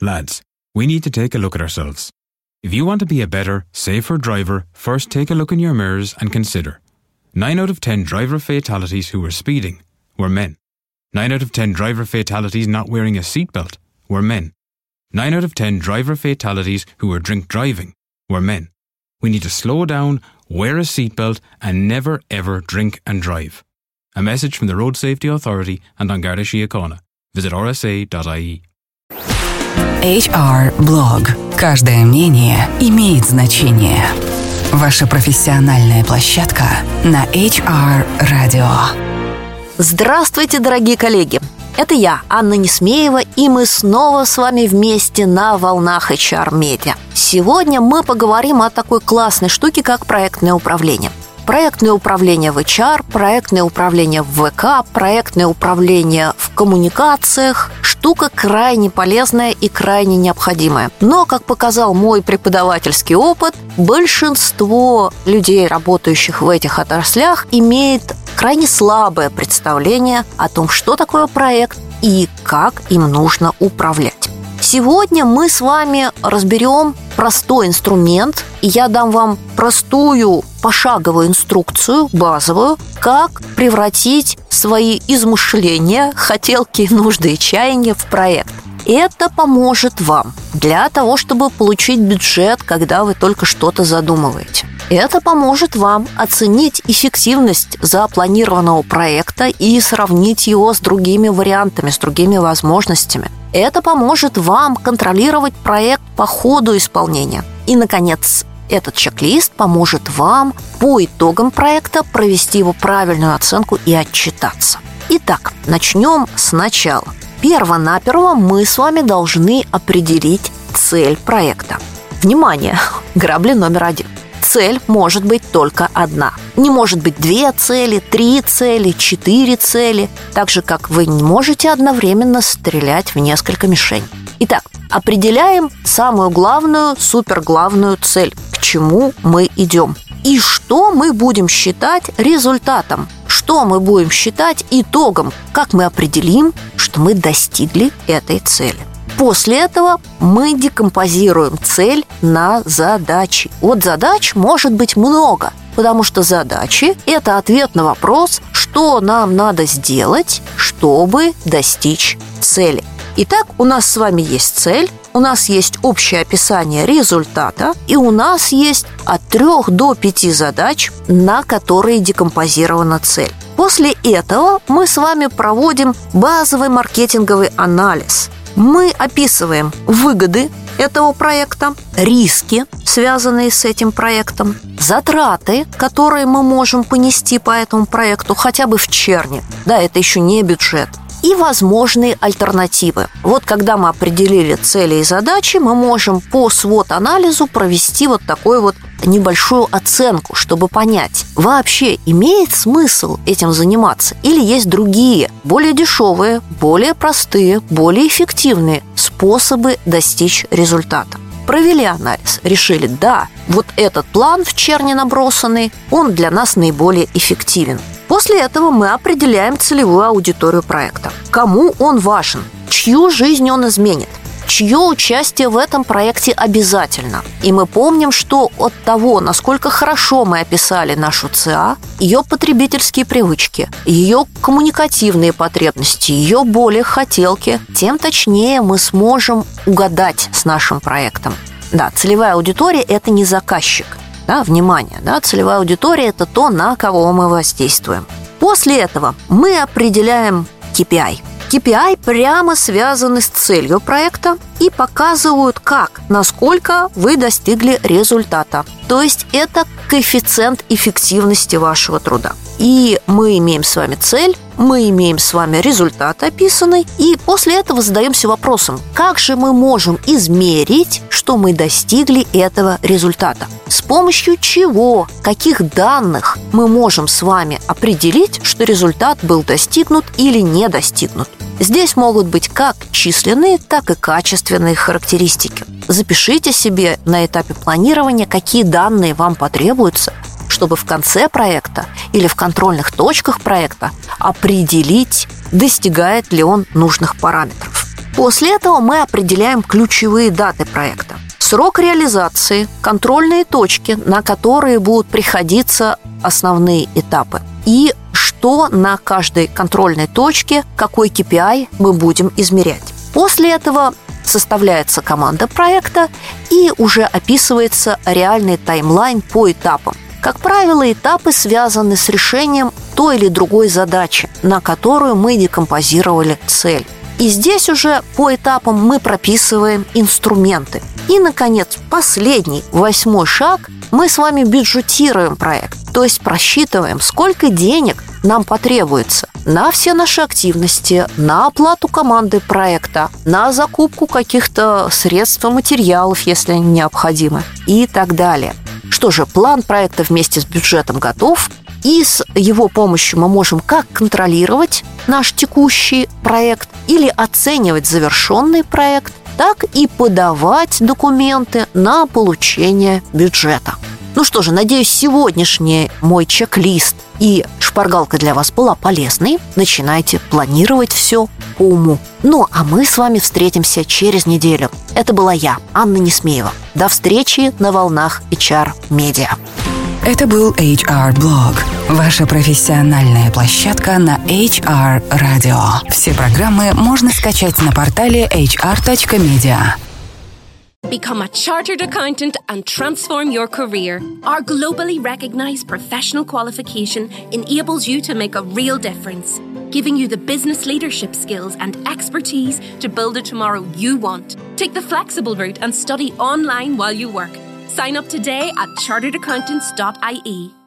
Lads, we need to take a look at ourselves. If you want to be a better, safer driver, first take a look in your mirrors and consider. 9 out of 10 driver fatalities who were speeding were men. 9 out of 10 driver fatalities not wearing a seatbelt were men. 9 out of 10 driver fatalities who were drink driving were men. We need to slow down, wear a seatbelt, and never ever drink and drive. A message from the Road Safety Authority and An Garda Síochána. Visit rsa.ie. HR-блог. Каждое мнение имеет значение. Ваша профессиональная площадка на HR-радио. Здравствуйте, дорогие коллеги! Это я, Анна Несмеева, и мы снова с вами вместе на волнах HR-медиа. Сегодня мы поговорим о такой классной штуке, как проектное управление. Проектное управление в HR, проектное управление в ВК, проектное управление в коммуникациях. Штука крайне полезная и крайне необходимая. Но, как показал мой преподавательский опыт, большинство людей, работающих в этих отраслях, имеет крайне слабое представление о том, что такое проект и как им нужно управлять. Сегодня мы с вами разберем простой инструмент, и я дам вам простую пошаговую инструкцию, базовую, как превратить свои измышления, хотелки, нужды и чаяния в проект. Это поможет вам для того, чтобы получить бюджет, когда вы только что-то задумываете. Это поможет вам оценить эффективность запланированного проекта и сравнить его с другими вариантами, с другими возможностями. Это поможет вам контролировать проект по ходу исполнения. И, наконец, этот чек-лист поможет вам по итогам проекта провести его правильную оценку и отчитаться. Итак, начнем сначала. Перво-наперво мы с вами должны определить цель проекта. Внимание! Грабли номер 1. Цель может быть только одна. Не может быть 2 цели, 3 цели, 4 цели. Так же, как вы не можете одновременно стрелять в несколько мишеней. Итак, определяем самую главную, суперглавную цель. К чему мы идем? И что мы будем считать результатом? Что мы будем считать итогом? Как мы определим, что мы достигли этой цели? После этого мы декомпозируем цель на задачи. Вот задач может быть много, потому что задачи – это ответ на вопрос, что нам надо сделать, чтобы достичь цели. Итак, у нас с вами есть цель, у нас есть общее описание результата, и у нас есть от 3 до 5 задач, на которые декомпозирована цель. После этого мы с вами проводим базовый маркетинговый анализ. Мы описываем выгоды этого проекта, риски, связанные с этим проектом, затраты, которые мы можем понести по этому проекту хотя бы в черне. Да, это еще не бюджет. И возможные альтернативы. Вот когда мы определили цели и задачи, мы можем по свод-анализу провести вот такую вот небольшую оценку, чтобы понять, вообще имеет смысл этим заниматься или есть другие, более дешевые, более простые, более эффективные способы достичь результата. Провели анализ, решили, да, вот этот план в черне набросанный, он для нас наиболее эффективен. После этого мы определяем целевую аудиторию проекта. Кому он важен, чью жизнь он изменит, чье участие в этом проекте обязательно. И мы помним, что от того, насколько хорошо мы описали нашу ЦА, ее потребительские привычки, ее коммуникативные потребности, ее боли, хотелки, тем точнее мы сможем угадать с нашим проектом. Да, целевая аудитория – это не заказчик. Да, внимание, да, целевая аудитория – это то, на кого мы воздействуем. После этого мы определяем KPI. KPI прямо связаны с целью проекта и показывают, насколько вы достигли результата. То есть это коэффициент эффективности вашего труда. И мы имеем с вами цель, мы имеем с вами результат описанный, и после этого задаемся вопросом, как же мы можем измерить, что мы достигли этого результата? С помощью чего, каких данных мы можем с вами определить, что результат был достигнут или не достигнут? Здесь могут быть как численные, так и качественные характеристики. Запишите себе на этапе планирования, какие данные вам потребуются, чтобы в конце проекта или в контрольных точках проекта определить, достигает ли он нужных параметров. После этого мы определяем ключевые даты проекта, срок реализации, контрольные точки, на которые будут приходиться основные этапы, и что на каждой контрольной точке, какой KPI мы будем измерять. После этого составляется команда проекта и уже описывается реальный таймлайн по этапам. Как правило, этапы связаны с решением той или другой задачи, на которую мы декомпозировали цель. И здесь уже по этапам мы прописываем инструменты. И, наконец, последний, 8-й шаг, мы с вами бюджетируем проект, то есть просчитываем, сколько денег нам потребуется на все наши активности, на оплату команды проекта, на закупку каких-то средств и материалов, если они необходимы, и так далее. Что же, план проекта вместе с бюджетом готов, и с его помощью мы можем как контролировать наш текущий проект или оценивать завершенный проект, так и подавать документы на получение бюджета. Ну что же, надеюсь, сегодняшний мой чек-лист и шпаргалка для вас была полезной. Начинайте планировать все по уму. Ну, а мы с вами встретимся через неделю. Это была я, Анна Несмеева. До встречи на волнах HR Media. Это был HR-блог, ваша профессиональная площадка на HR Radio. Все программы можно скачать на портале hr.media. Become a chartered accountant and transform your career. Our globally recognized professional qualification enables you to make a real difference, giving you the business leadership skills and expertise to build a tomorrow you want. Take the flexible route and study online while you work. Sign up today at charteredaccountants.ie.